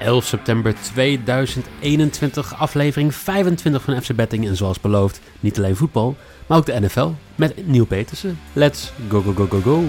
11 september 2021, aflevering 25 van FC Betting. En zoals beloofd, niet alleen voetbal, maar ook de NFL met Neil Petersen. Let's go, go, go, go, go.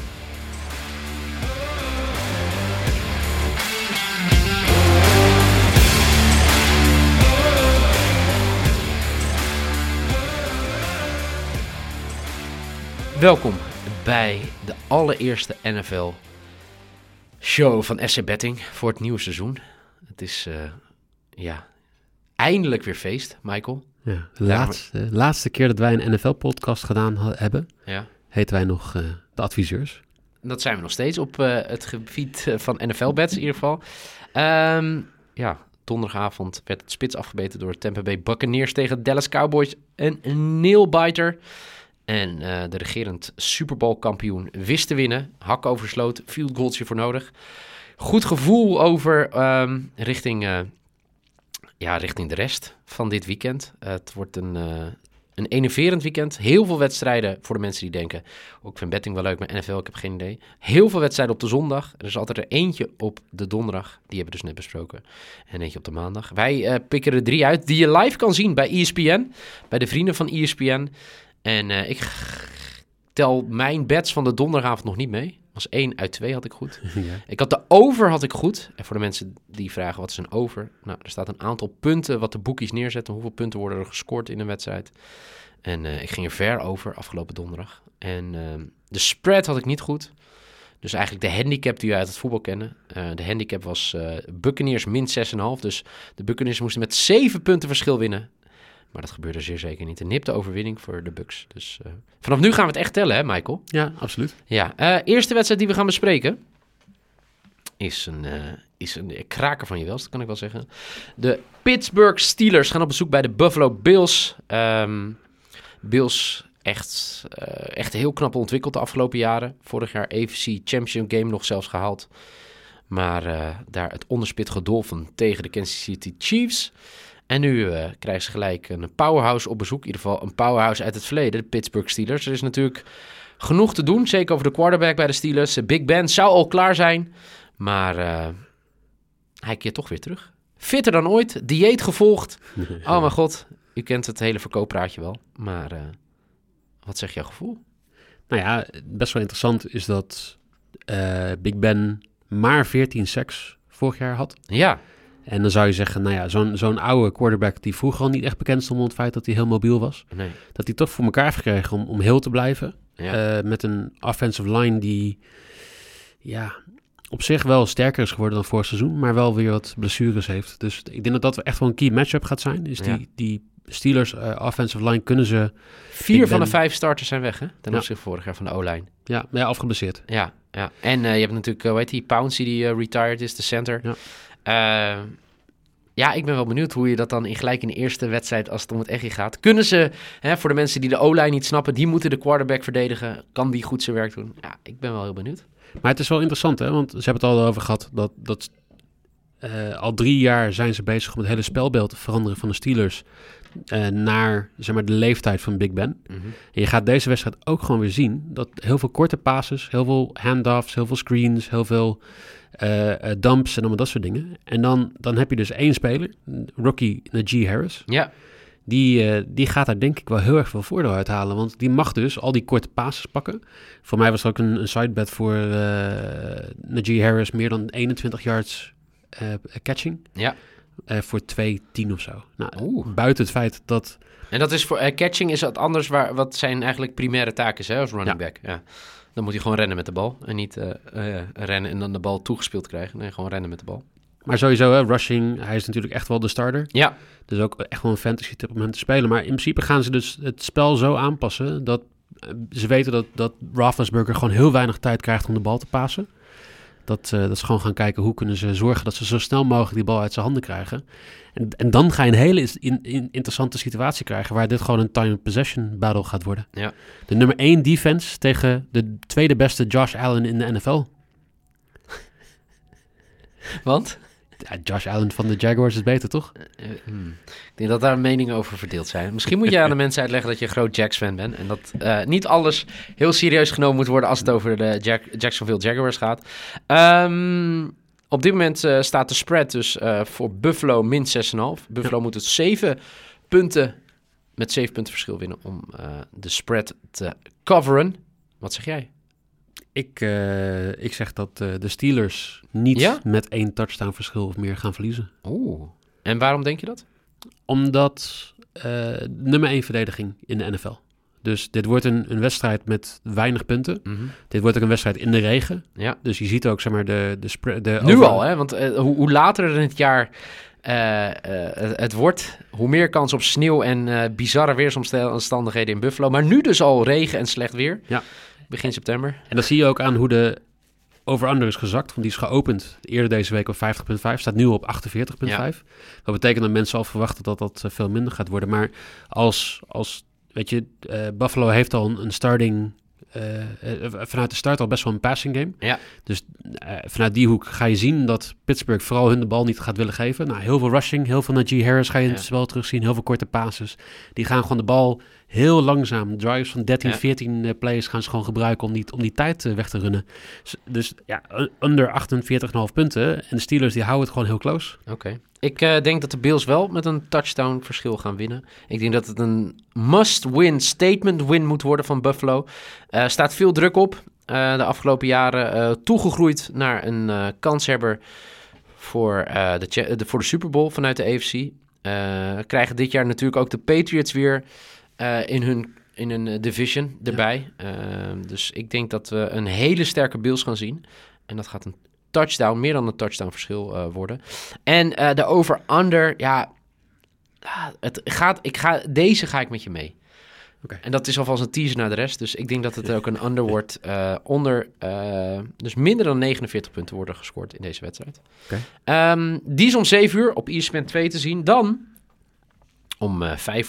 Welkom bij de allereerste NFL-show van FC Betting voor het nieuwe seizoen. Het is eindelijk weer feest, Michael. Ja, de laatste keer dat wij een NFL-podcast gedaan hebben, heten wij nog de adviseurs. Dat zijn we nog steeds op het gebied van NFL-bets in ieder geval. Donderdagavond werd het spits afgebeten door Tampa Bay Buccaneers tegen Dallas Cowboys. Een nailbiter. En de regerend Super Bowl kampioen wist te winnen. Hak oversloot, field goaltje voor nodig. Goed gevoel over richting de rest van dit weekend. Het wordt een enerverend weekend. Heel veel wedstrijden voor de mensen die denken... ik vind betting wel leuk, maar NFL, ik heb geen idee. Heel veel wedstrijden op de zondag. Er is altijd er eentje op de donderdag. Die hebben we dus net besproken. En eentje op de maandag. Wij pikken er 3 uit die je live kan zien bij ESPN. Bij de vrienden van ESPN... En ik tel mijn bets van de donderdagavond nog niet mee. Was 1 uit 2 had ik goed. Ja. Ik had de over had ik goed. En voor de mensen die vragen wat is een over. Nou, er staat een aantal punten wat de boekies neerzetten. Hoeveel punten worden er gescoord in een wedstrijd. En ik ging er ver over afgelopen donderdag. En de spread had ik niet goed. Dus eigenlijk de handicap die we uit het voetbal kennen. De handicap was Buccaneers min 6,5. Dus de Buccaneers moesten met 7 punten verschil winnen. Maar dat gebeurde zeer zeker niet. Een nipte overwinning voor de Bucs. Dus vanaf nu gaan we het echt tellen, hè, Michael? Ja, absoluut. Ja, eerste wedstrijd die we gaan bespreken is een kraker van je welst, kan ik wel zeggen. De Pittsburgh Steelers gaan op bezoek bij de Buffalo Bills. Bills echt heel knap ontwikkeld de afgelopen jaren. Vorig jaar AFC Championship Game nog zelfs gehaald. Maar daar het onderspit gedolven tegen de Kansas City Chiefs. En nu krijgen ze gelijk een powerhouse op bezoek. In ieder geval een powerhouse uit het verleden, de Pittsburgh Steelers. Er is natuurlijk genoeg te doen, zeker over de quarterback bij de Steelers. Big Ben zou al klaar zijn, maar hij keert toch weer terug. Fitter dan ooit, dieet gevolgd. Oh mijn god, u kent het hele verkooppraatje wel. Maar wat zegt jouw gevoel? Nou ja, best wel interessant is dat Big Ben maar 14 sacks vorig jaar had. Ja. En dan zou je zeggen, nou ja, zo'n oude quarterback die vroeger al niet echt bekend stond om het feit dat hij heel mobiel was. Nee. Dat hij toch voor elkaar heeft gekregen om heel te blijven. Ja. Met een offensive line die op zich wel sterker is geworden dan vorig seizoen, maar wel weer wat blessures heeft. Dus ik denk dat dat echt wel een key matchup gaat zijn. Dus die Steelers offensive line kunnen ze... 4 van de 5 starters zijn weg, hè? Ten opzichte vorig jaar van de O-line. Ja, afgeblesseerd. Ja. En je hebt natuurlijk, Pouncey die retired is, de center. Ja. Ik ben wel benieuwd hoe je dat dan gelijk in de eerste wedstrijd, als het om het echt gaat. Kunnen ze, voor de mensen die de O-line niet snappen, die moeten de quarterback verdedigen. Kan die goed zijn werk doen? Ja, ik ben wel heel benieuwd. Maar het is wel interessant, hè? Want ze hebben het al over gehad dat al 3 jaar zijn ze bezig om het hele spelbeeld te veranderen van de Steelers naar, zeg maar, de leeftijd van Big Ben. Mm-hmm. En je gaat deze wedstrijd ook gewoon weer zien dat heel veel korte passes, heel veel handoffs, heel veel screens, heel veel dumps en allemaal dat soort dingen. En dan heb je dus 1 speler, rookie Najee Harris. Ja. Die gaat daar denk ik wel heel erg veel voordeel uithalen. Want die mag dus al die korte passes pakken. Voor mij was er ook een sidebet voor Najee Harris meer dan 21 yards catching. Ja. Voor 2-10 of zo. Nou, buiten het feit dat... En dat is voor catching is wat anders, wat zijn eigenlijk primaire taken is, hè, als running back. Ja. Dan moet hij gewoon rennen met de bal. En niet rennen en dan de bal toegespeeld krijgen. Nee, gewoon rennen met de bal. Maar sowieso, hè, rushing, hij is natuurlijk echt wel de starter. Ja. Dus ook echt wel een fantasy tip om hem te spelen. Maar in principe gaan ze dus het spel zo aanpassen dat ze weten dat Roethlisberger gewoon heel weinig tijd krijgt om de bal te passen. Dat ze gewoon gaan kijken hoe kunnen ze zorgen dat ze zo snel mogelijk die bal uit zijn handen krijgen. En dan ga je een hele interessante situatie krijgen waar dit gewoon een time possession battle gaat worden. Ja. De nummer 1 defense tegen de tweede beste Josh Allen in de NFL. Want? Ja, Josh Allen van de Jaguars is beter, toch? Ik denk dat daar meningen over verdeeld zijn. Misschien moet je aan de mensen uitleggen dat je een groot Jags-fan bent. En dat niet alles heel serieus genomen moet worden als het over de Jacksonville Jaguars gaat. Op dit moment staat de spread dus voor Buffalo min 6,5. Buffalo moet het 7 punten met 7 punten verschil winnen om de spread te coveren. Wat zeg jij? Ik zeg dat de Steelers niet met 1 touchdown verschil of meer gaan verliezen. Oeh. En waarom denk je dat? Omdat nummer 1 verdediging in de NFL. Dus dit wordt een wedstrijd met weinig punten. Mm-hmm. Dit wordt ook een wedstrijd in de regen. Ja. Dus je ziet ook, zeg maar, de nu al, hè? Want hoe later in het jaar het wordt, hoe meer kans op sneeuw en bizarre weersomstandigheden in Buffalo. Maar nu dus al regen en slecht weer. Ja. Begin september. En dat zie je ook aan hoe de over-under is gezakt. Want die is geopend eerder deze week op 50,5. Staat nu op 48,5. Ja. Dat betekent dat mensen al verwachten dat dat veel minder gaat worden. Maar als weet je, Buffalo heeft al een starting... vanuit de start al best wel een passing game. Ja. Dus vanuit die hoek ga je zien dat Pittsburgh vooral hun de bal niet gaat willen geven. Nou, heel veel rushing, heel veel Najee Harris ga je in het spel terugzien. Heel veel korte passes. Die gaan gewoon de bal heel langzaam. Drives van 13, 14 plays gaan ze gewoon gebruiken om die tijd weg te runnen. Dus ja, onder 48,5 punten. En de Steelers die houden het gewoon heel close. Oké. Ik denk dat de Bills wel met een touchdown verschil gaan winnen. Ik denk dat het een must-win, statement win moet worden van Buffalo. Staat veel druk op. De afgelopen jaren toegegroeid naar een kanshebber voor de Super Bowl vanuit de AFC. Krijgen dit jaar natuurlijk ook de Patriots weer in een division erbij. Ja. Dus ik denk dat we een hele sterke Bills gaan zien. En dat gaat een touchdown, meer dan een touchdown verschil worden. En de over-under, ja, deze ga ik met je mee. Okay. En dat is alvast een teaser naar de rest. Dus ik denk dat het ook een under wordt. Dus minder dan 49 punten worden gescoord in deze wedstrijd. Okay. Die is om 7 uur op ESPN 2 te zien. Dan om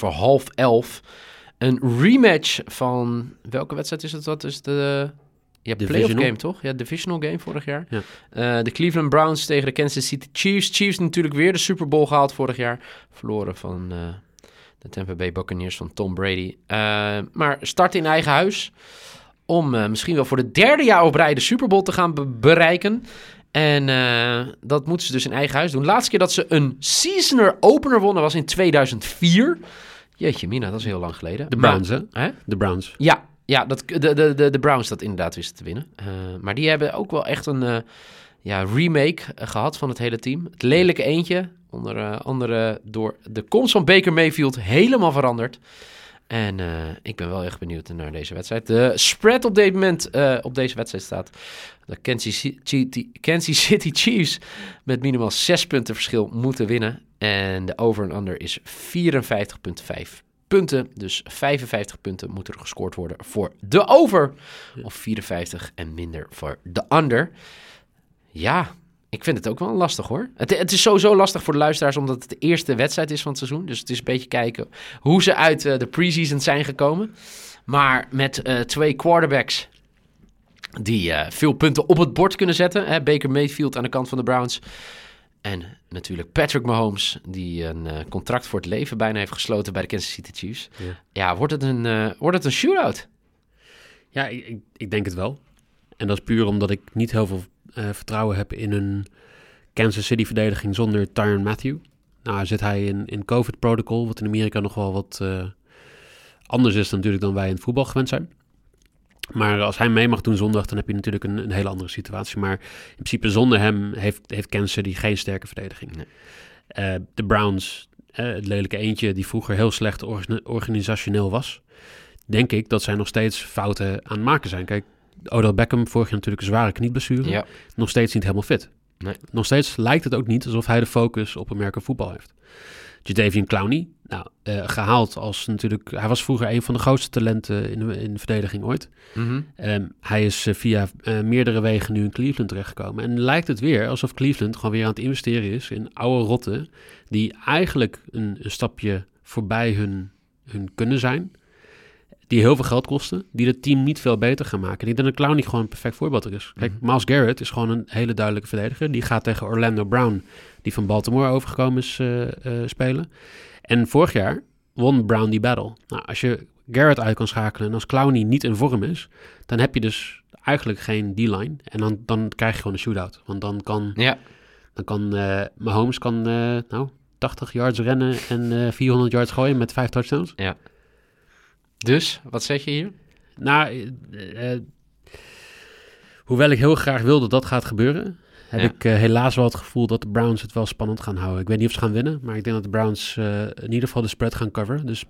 11:05 een rematch van... Welke wedstrijd is het? Dat is de... Ja, playoff game, toch? Ja, divisional game vorig jaar. Ja. De Cleveland Browns tegen de Kansas City Chiefs. Chiefs natuurlijk weer de Super Bowl gehaald vorig jaar. Verloren van de Tampa Bay Buccaneers van Tom Brady. Maar start in eigen huis. Om misschien wel voor de 3e jaar op rij de Super Bowl te gaan bereiken. En dat moeten ze dus in eigen huis doen. De laatste keer dat ze een seasoner opener wonnen was in 2004. Jeetje mina, dat is heel lang geleden. De Browns, hè? De Browns. Ja. Ja, de Browns dat inderdaad wisten te winnen. Maar die hebben ook wel echt een remake gehad van het hele team. Het lelijke eentje, onder andere door de komst van Baker Mayfield, helemaal veranderd. En ik ben wel echt benieuwd naar deze wedstrijd. De spread op dit moment op deze wedstrijd staat... De Kansas City Chiefs met minimaal 6 punten verschil moeten winnen. En de over en under is 54,5 punten. Dus 55 punten moeten er gescoord worden voor de over. Of 54 en minder voor de under. Ja, ik vind het ook wel lastig hoor. Het is sowieso lastig voor de luisteraars omdat het de eerste wedstrijd is van het seizoen. Dus het is een beetje kijken hoe ze uit de preseason zijn gekomen. Maar met 2 quarterbacks die veel punten op het bord kunnen zetten. Hè? Baker Mayfield aan de kant van de Browns. En natuurlijk Patrick Mahomes, die een contract voor het leven bijna heeft gesloten bij de Kansas City Chiefs. Ja, wordt het een shootout? Ja, ik denk het wel. En dat is puur omdat ik niet heel veel vertrouwen heb in een Kansas City verdediging zonder Tyrann Mathieu. Nou zit hij in COVID-protocol, wat in Amerika nog wel wat anders is natuurlijk dan wij in het voetbal gewend zijn. Maar als hij mee mag doen zondag, dan heb je natuurlijk een hele andere situatie. Maar in principe zonder hem heeft Kansas City geen sterke verdediging. Nee. De Browns, het lelijke eentje die vroeger heel slecht organisationeel was. Denk ik dat zij nog steeds fouten aan het maken zijn. Kijk, Odell Beckham, vorig jaar natuurlijk een zware knieblessure. Ja. Nog steeds niet helemaal fit. Nee. Nog steeds lijkt het ook niet alsof hij de focus op American voetbal heeft. Jadeveon Clowney, gehaald als natuurlijk... Hij was vroeger een van de grootste talenten in de verdediging ooit. Mm-hmm. Hij is via meerdere wegen nu in Cleveland terechtgekomen. En lijkt het weer alsof Cleveland gewoon weer aan het investeren is in oude rotten die eigenlijk een stapje voorbij hun kunnen zijn. Die heel veel geld kosten, die het team niet veel beter gaan maken. Ik denk dat Clowney gewoon een perfect voorbeeld er is. Kijk, Myles Garrett is gewoon een hele duidelijke verdediger. Die gaat tegen Orlando Brown, die van Baltimore overgekomen is, spelen. En vorig jaar won Brown die battle. Nou, als je Garrett uit kan schakelen en als Clowney niet in vorm is, dan heb je dus eigenlijk geen D-line. En dan krijg je gewoon een shootout. Want dan kan Dan kan Mahomes 80 yards rennen en 400 yards gooien met 5 touchdowns. Ja. Dus, wat zeg je hier? Nou, hoewel ik heel graag wil dat dat gaat gebeuren, heb ik helaas wel het gevoel dat de Browns het wel spannend gaan houden. Ik weet niet of ze gaan winnen, maar ik denk dat de Browns in ieder geval de spread gaan coveren. Dus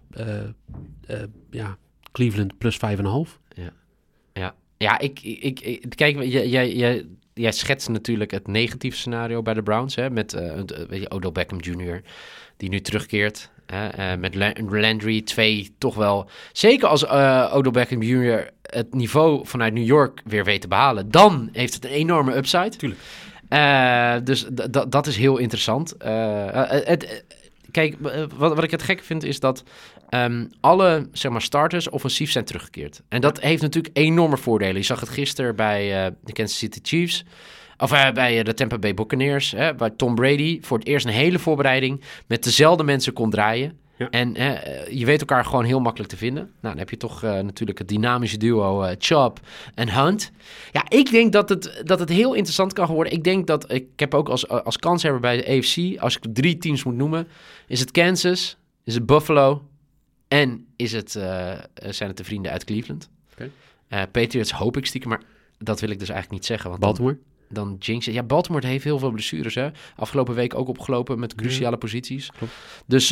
Cleveland plus 5,5. Ja, kijk, jij schetst natuurlijk het negatieve scenario bij de Browns, hè, met Odell Beckham Jr., die nu terugkeert. Met Landry 2 toch wel. Zeker als Odell Beckham Jr. het niveau vanuit New York weer weet te behalen, dan heeft het een enorme upside. Tuurlijk. Dus dat is heel interessant. Kijk, wat ik het gek vind is dat alle zeg maar, starters offensief zijn teruggekeerd. En dat heeft natuurlijk enorme voordelen. Je zag het gisteren bij de Kansas City Chiefs. Of bij de Tampa Bay Buccaneers. Waar Tom Brady voor het eerst een hele voorbereiding met dezelfde mensen kon draaien. Ja. En je weet elkaar gewoon heel makkelijk te vinden. Nou, dan heb je toch natuurlijk het dynamische duo Chubb en Hunt. Ja, ik denk dat het heel interessant kan worden. Ik denk dat, ik heb ook als kanshebber bij de AFC, als ik 3 teams moet noemen, is het Kansas, is het Buffalo en zijn het de vrienden uit Cleveland. Okay. Patriots hoop ik stiekem, maar dat wil ik dus eigenlijk niet zeggen. Want Baltimore? Dan jinx je. Ja, Baltimore heeft heel veel blessures, hè. Afgelopen week ook opgelopen met cruciale posities. Klopt. Dus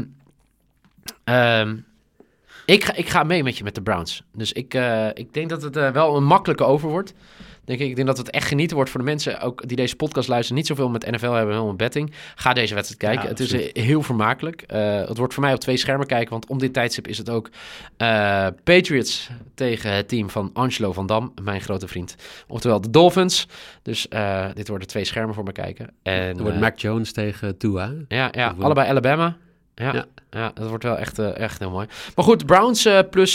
ik ga mee met je met de Browns. Dus ik denk dat het wel een makkelijke over wordt. Ik denk dat het echt genieten wordt voor de mensen ook die deze podcast luisteren. Niet zoveel met NFL hebben, helemaal met betting. Ga deze wedstrijd kijken. Ja, het is heel vermakelijk. Het wordt voor mij op 2 schermen kijken. Want om dit tijdstip is het ook Patriots tegen het team van Angelo van Dam. Mijn grote vriend. Oftewel de Dolphins. Dus dit worden 2 schermen voor me kijken. En, er wordt Mac Jones tegen Tua. Ja, allebei Alabama. Ja, dat wordt wel echt heel mooi. Maar goed, Browns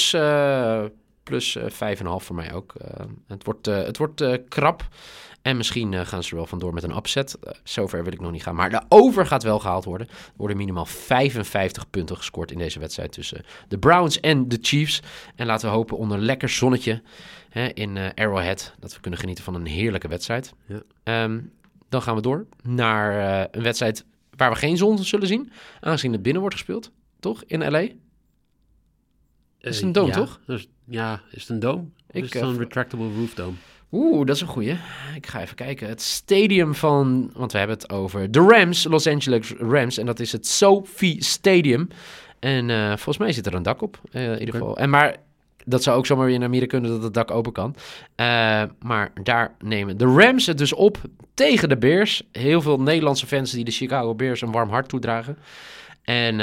plus 5,5 voor mij ook. Het wordt krap. En misschien gaan ze er wel vandoor met een upset. Zover wil ik nog niet gaan. Maar de over gaat wel gehaald worden. Er worden minimaal 55 punten gescoord in deze wedstrijd tussen de Browns en de Chiefs. En laten we hopen onder lekker zonnetje in Arrowhead dat we kunnen genieten van een heerlijke wedstrijd. Ja. Dan gaan we door naar een wedstrijd waar we geen zon zullen zien. Aangezien het binnen wordt gespeeld. Toch? In LA? Is het een dome, toch? Dus, is het een dome? Is het een retractable roof dome? Dat is een goeie. Ik ga even kijken. Het stadium van... Want we hebben het over de Rams, Los Angeles Rams. En dat is het SoFi Stadium. En volgens mij zit er een dak op, in ieder geval. Maar dat zou ook zomaar weer in Amerika kunnen dat het dak open kan. Maar daar nemen de Rams het dus op tegen de Bears. Heel veel Nederlandse fans die de Chicago Bears een warm hart toedragen. En...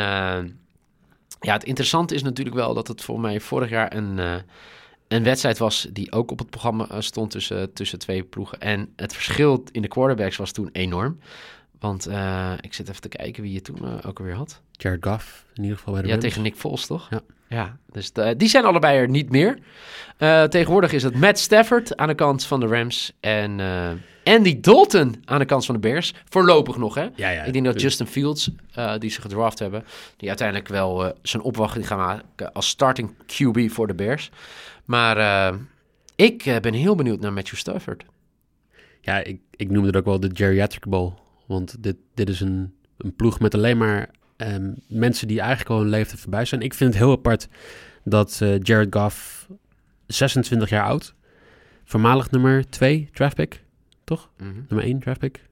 het interessante is natuurlijk wel dat het voor mij vorig jaar een wedstrijd was die ook op het programma stond tussen 2 ploegen. En het verschil in de quarterbacks was toen enorm. Want ik zit even te kijken wie je toen ook alweer had. Jared Goff, in ieder geval bij de Rams. Tegen Nick Foles, toch? Ja, dus die zijn allebei er niet meer. Tegenwoordig is het Matt Stafford aan de kant van de Rams en Andy Dalton aan de kant van de Bears. Voorlopig nog, hè? Ja, ik denk dat Justin Fields, die ze gedraft hebben, die uiteindelijk wel zijn opwachting gaan maken als starting QB voor de Bears. Maar ik ben heel benieuwd naar Matthew Stafford. Ja, ik noemde het ook wel de Geriatric Bowl. Want dit is een ploeg met alleen maar mensen die eigenlijk al hun leeftijd voorbij zijn. Ik vind het heel apart dat Jared Goff, 26 jaar oud, voormalig nummer 2 draftpick, toch? Mm-hmm. Nummer 1 draftpick.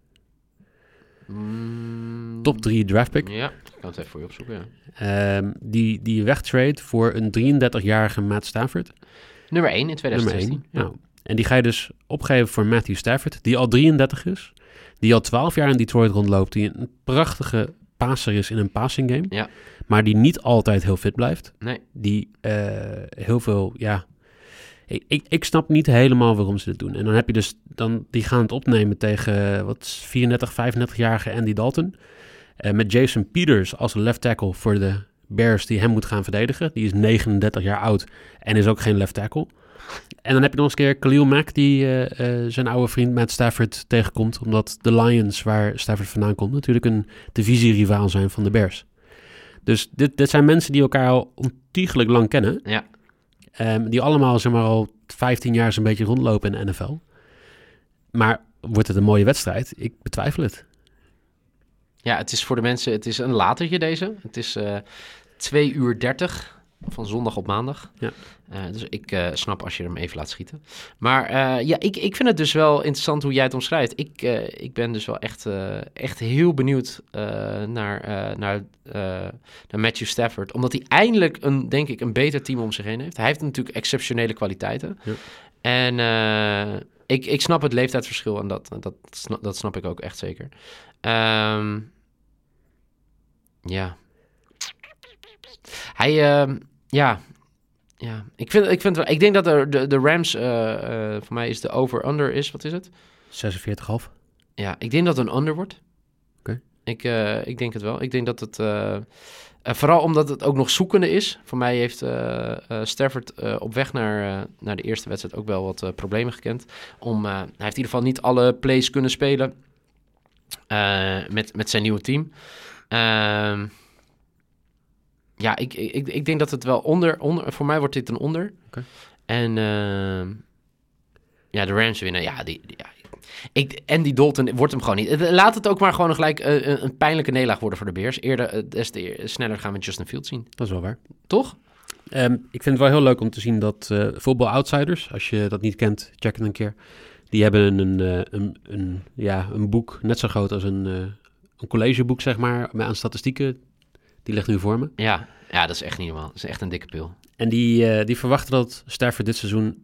Top 3 draftpick. Ja, ik kan het even voor je opzoeken, ja. Die wegtrade voor een 33-jarige Matt Stafford. Nummer 1 in 2016. Nummer 1, ja. En die ga je dus opgeven voor Matthew Stafford, die al 33 is. Die al 12 jaar in Detroit rondloopt. Die een prachtige passer is in een passing game. Ja. Maar die niet altijd heel fit blijft. Nee. Die heel veel, Ik snap niet helemaal waarom ze dit doen. En dan heb je dus, die gaan het opnemen tegen 34, 35-jarige Andy Dalton. Met Jason Peters als left tackle voor de Bears die hem moet gaan verdedigen. Die is 39 jaar oud en is ook geen left tackle. En dan heb je nog eens een keer Khalil Mack die zijn oude vriend Matt Stafford tegenkomt. Omdat de Lions, waar Stafford vandaan komt, natuurlijk een divisierivaal zijn van de Bears. Dus dit zijn mensen die elkaar al ontiegelijk lang kennen. Ja. Die allemaal zeg maar al 15 jaar zo'n beetje rondlopen in de NFL. Maar wordt het een mooie wedstrijd? Ik betwijfel het. Ja, het is voor de mensen, het is een latertje deze. Het is 2:30 van zondag op maandag. Ja. Dus ik snap als je hem even laat schieten. Maar ik vind het dus wel interessant hoe jij het omschrijft. Ik ben dus wel echt heel benieuwd naar Matthew Stafford. Omdat hij eindelijk denk ik, een beter team om zich heen heeft. Hij heeft natuurlijk exceptionele kwaliteiten. Ja. En ik snap het leeftijdsverschil en dat snap ik ook echt zeker. Ja. Hij, ja. Ik denk dat de Rams, voor mij is de over-under is, wat is het? 46,5. Ja, ik denk dat het een under wordt. Oké. Ik denk het wel. Ik denk dat het, vooral omdat het ook nog zoekende is. Voor mij heeft Stafford op weg naar de eerste wedstrijd ook wel wat problemen gekend. Hij heeft in ieder geval niet alle plays kunnen spelen met zijn nieuwe team. Ja, ik denk dat het wel onder... Voor mij wordt dit een onder. Okay. En de Rams winnen. Ja, en die Dalton wordt hem gewoon niet. Laat het ook maar gewoon gelijk een pijnlijke nederlaag worden voor de Bears. Des te sneller gaan we Justin Fields zien. Dat is wel waar. Toch? Ik vind het wel heel leuk om te zien dat Football Outsiders, als je dat niet kent, check het een keer. Die hebben een boek net zo groot als een collegeboek, zeg maar, aan statistieken. Die ligt nu voor me. Ja, dat is echt niet normaal. Dat is echt een dikke pil. En die verwachten dat Stafford dit seizoen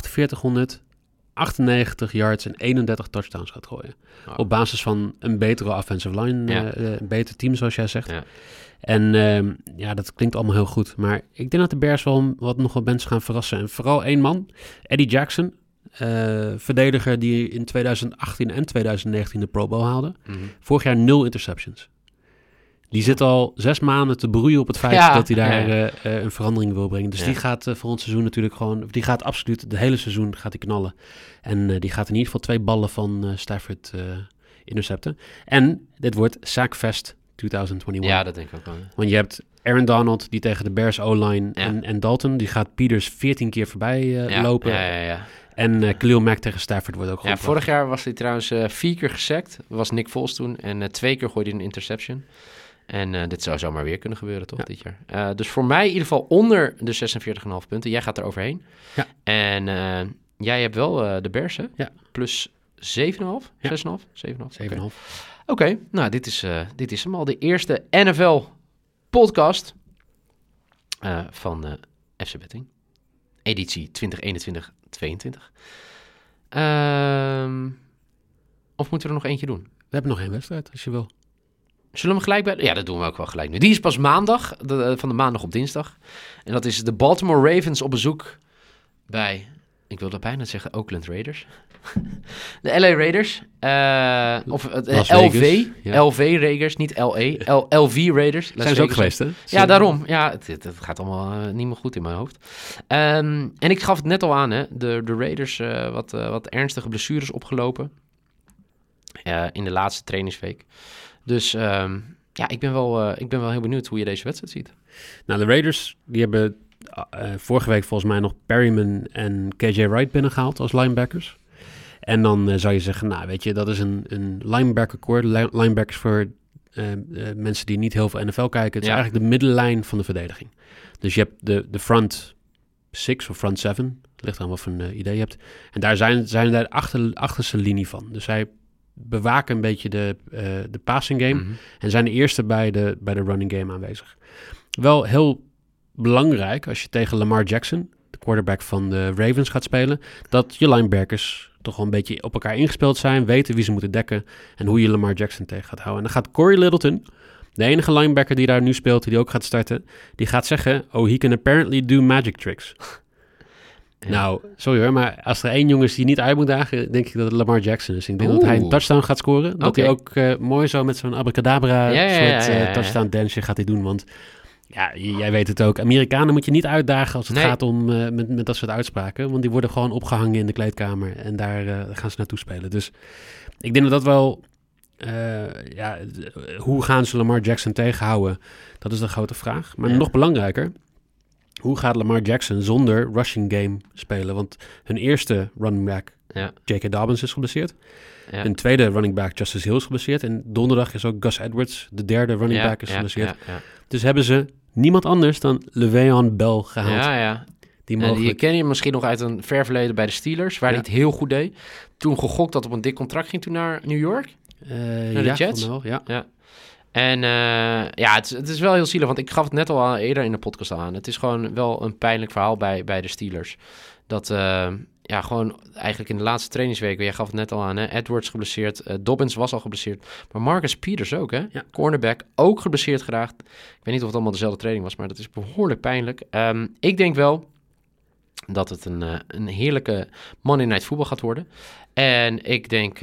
4898 yards en 31 touchdowns gaat gooien. Wow. Op basis van een betere offensive line, een beter team zoals jij zegt. Ja. En dat klinkt allemaal heel goed. Maar ik denk dat de Bears wel nog wat mensen gaan verrassen. En vooral één man, Eddie Jackson, verdediger die in 2018 en 2019 de Pro Bowl haalde. Mm-hmm. Vorig jaar 0 interceptions. Die zit al 6 maanden te broeien op het feit dat hij daar een verandering wil brengen. Dus die gaat voor ons seizoen natuurlijk gewoon... Die gaat absoluut het hele seizoen gaat die knallen. En die gaat in ieder geval 2 ballen van Stafford intercepten. En dit wordt Sackfest 2021. Ja, dat denk ik ook wel. Ja. Want je hebt Aaron Donald die tegen de Bears O-line en Dalton. Die gaat Peters 14 keer voorbij lopen. Ja. En Khalil Mack tegen Stafford wordt ook goed. Ja, vorig jaar was hij trouwens 4 keer gesackt. Was Nick Foles toen. En 2 keer gooide hij een interception. En dit zou zomaar weer kunnen gebeuren, toch, dit jaar. Dus voor mij in ieder geval onder de 46,5 punten. Jij gaat er overheen. Ja. En jij hebt wel de Bears, hè? Ja. Plus 7,5? Ja. 6,5? 7,5. Oké, nou, dit is hem al. De eerste NFL-podcast van FC Betting. Editie 2021-22. Of moeten we er nog eentje doen? We hebben nog 1 wedstrijd, als je wil. Zullen we hem gelijk bij... Ja, dat doen we ook wel gelijk nu. Die is pas maandag, van de maandag op dinsdag. En dat is de Baltimore Ravens op bezoek bij... Ik wilde bijna zeggen Oakland Raiders. De LA Raiders. Of het LV. Ja. LV Raiders, niet LE. LV Raiders. Zijn ze ook geweest, hè? Ja, daarom. Ja, het gaat allemaal niet meer goed in mijn hoofd. En ik gaf het net al aan, hè. De Raiders wat ernstige blessures opgelopen. In de laatste trainingsweek. Dus ik ben wel heel benieuwd hoe je deze wedstrijd ziet. Nou, de Raiders die hebben vorige week volgens mij nog Perryman en KJ Wright binnengehaald als linebackers. En dan zou je zeggen, nou weet je, dat is een linebacker core. Linebackers voor mensen die niet heel veel NFL kijken. Het is eigenlijk de middenlijn van de verdediging. Dus je hebt de front 6 of front 7. Het ligt aan wat voor een idee je hebt. En daar zijn daar de achterste linie van. Dus zij bewaken een beetje de passing game. Mm-hmm. En zijn de eerste bij de running game aanwezig. Wel heel belangrijk als je tegen Lamar Jackson, de quarterback van de Ravens, gaat spelen, dat je linebackers toch wel een beetje op elkaar ingespeeld zijn, weten wie ze moeten dekken en hoe je Lamar Jackson tegen gaat houden. En dan gaat Corey Littleton, de enige linebacker die daar nu speelt, die ook gaat starten, die gaat zeggen, oh, he can apparently do magic tricks. Ja. Nou, sorry hoor, maar als er 1 jongen is die niet uit moet dagen, denk ik dat het Lamar Jackson is. Ik denk dat hij een touchdown gaat scoren. Dat hij ook mooi zo met zo'n abracadabra touchdown dance gaat hij doen. Want ja, jij weet het ook. Amerikanen moet je niet uitdagen als het gaat om met dat soort uitspraken. Want die worden gewoon opgehangen in de kleedkamer. En daar gaan ze naartoe spelen. Dus ik denk dat wel... hoe gaan ze Lamar Jackson tegenhouden? Dat is de grote vraag. Maar nog belangrijker... Hoe gaat Lamar Jackson zonder rushing game spelen? Want hun eerste running back Ja. J.K. Dobbins is geblesseerd. Ja. Een tweede running back, Justice Hill, is geblesseerd. En donderdag is ook Gus Edwards, de derde running back, is geblesseerd. Ja. Dus hebben ze niemand anders dan Le'Veon Bell gehaald. Ja. Die Die mogelijk... ken je misschien nog uit een ver verleden bij de Steelers, waar hij het heel goed deed. Toen gegokt dat op een dik contract ging toen naar New York. Naar de Jets. Wel, ja. En het is wel heel zielig, want ik gaf het net al eerder in de podcast aan. Het is gewoon wel een pijnlijk verhaal bij de Steelers. Dat gewoon eigenlijk in de laatste trainingsweek, jij gaf het net al aan, hè? Edwards geblesseerd, Dobbins was al geblesseerd, maar Marcus Peters ook, hè? Ja. Cornerback, ook geblesseerd geraakt. Ik weet niet of het allemaal dezelfde training was, maar dat is behoorlijk pijnlijk. Ik denk wel dat het een heerlijke Monday Night Football gaat worden. En ik denk,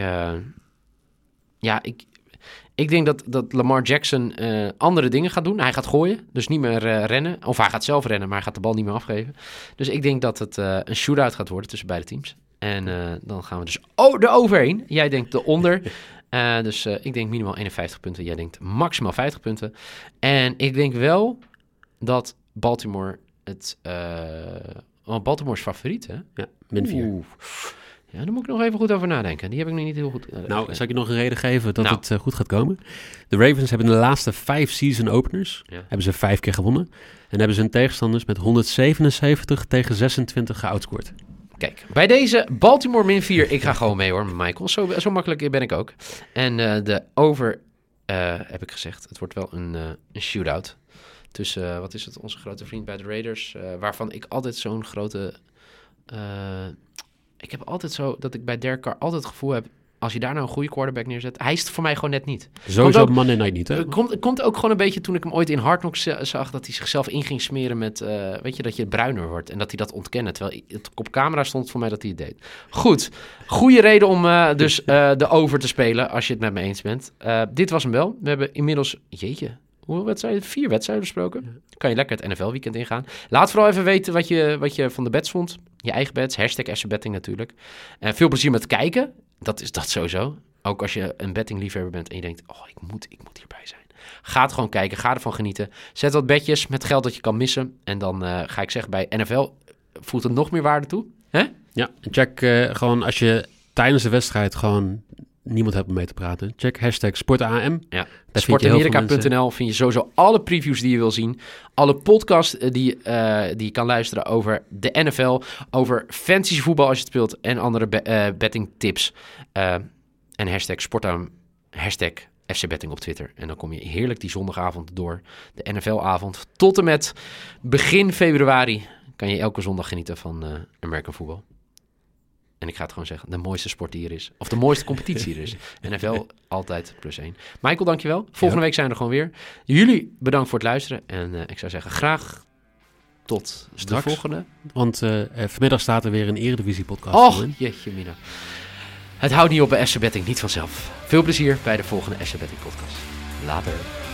ik denk dat Lamar Jackson andere dingen gaat doen. Hij gaat gooien, dus niet meer rennen. Of hij gaat zelf rennen, maar hij gaat de bal niet meer afgeven. Dus ik denk dat het een shootout gaat worden tussen beide teams. En dan gaan we dus de overheen. Jij denkt de onder. Dus ik denk minimaal 51 punten. Jij denkt maximaal 50 punten. En ik denk wel dat Baltimore Baltimore is favoriet, hè? Ja, min 4. Ja, daar moet ik nog even goed over nadenken. Die heb ik nu niet heel goed... Nou, zal ik je nog een reden geven dat het goed gaat komen? De Ravens hebben de laatste 5 season openers, hebben ze 5 keer gewonnen. En hebben ze hun tegenstanders met 177 tegen 26 geoutscored. Kijk, bij deze Baltimore min 4, ik ga gewoon mee hoor, Michael. Zo makkelijk ben ik ook. En de over, heb ik gezegd, het wordt wel een shootout. Tussen, wat is het, onze grote vriend bij de Raiders, waarvan ik altijd zo'n grote... ik heb altijd zo dat ik bij Derek Carr altijd het gevoel heb, als je daar nou een goede quarterback neerzet, hij is het voor mij gewoon net niet. Sowieso op Monday Night niet, hè? Komt ook gewoon een beetje toen ik hem ooit in Hard Knocks zag, dat hij zichzelf in ging smeren met, weet je, dat je bruiner wordt en dat hij dat ontkende. Terwijl het op camera stond voor mij dat hij het deed. Goed, goede reden om de over te spelen, als je het met me eens bent. Dit was hem wel. We hebben inmiddels, hoeveel wedstrijden? 4 wedstrijden besproken. Kan je lekker het NFL-weekend ingaan. Laat vooral even weten wat je van de bets vond. Je eigen bets. #SCBetting natuurlijk. Veel plezier met kijken. Dat is dat sowieso. Ook als je een bettingliefhebber bent en je denkt, ik moet hierbij zijn. Ga het gewoon kijken. Ga ervan genieten. Zet wat betjes met geld dat je kan missen. En dan ga ik zeggen, bij NFL voegt het nog meer waarde toe. Hè? Ja, en check gewoon als je tijdens de wedstrijd gewoon niemand hebt om mee te praten. Check #SportAM. Ja. Sportamerika.nl vind je sowieso alle previews die je wil zien. Alle podcasts die je kan luisteren over de NFL. Over fantasy voetbal als je het speelt. En andere betting tips. En #sportam. #FCBetting op Twitter. En dan kom je heerlijk die zondagavond door. De NFL-avond. Tot en met begin februari kan je elke zondag genieten van American football. En ik ga het gewoon zeggen, de mooiste sport die er is. Of de mooiste competitie er is. NFL altijd +1. Michael, dankjewel. Volgende week zijn we er gewoon weer. Jullie bedankt voor het luisteren. En ik zou zeggen, graag tot straks. De volgende. Want vanmiddag staat er weer een Eredivisie podcast. Och, jeetje mina. Het houdt niet op bij FC Betting, niet vanzelf. Veel plezier bij de volgende FC Betting podcast. Later.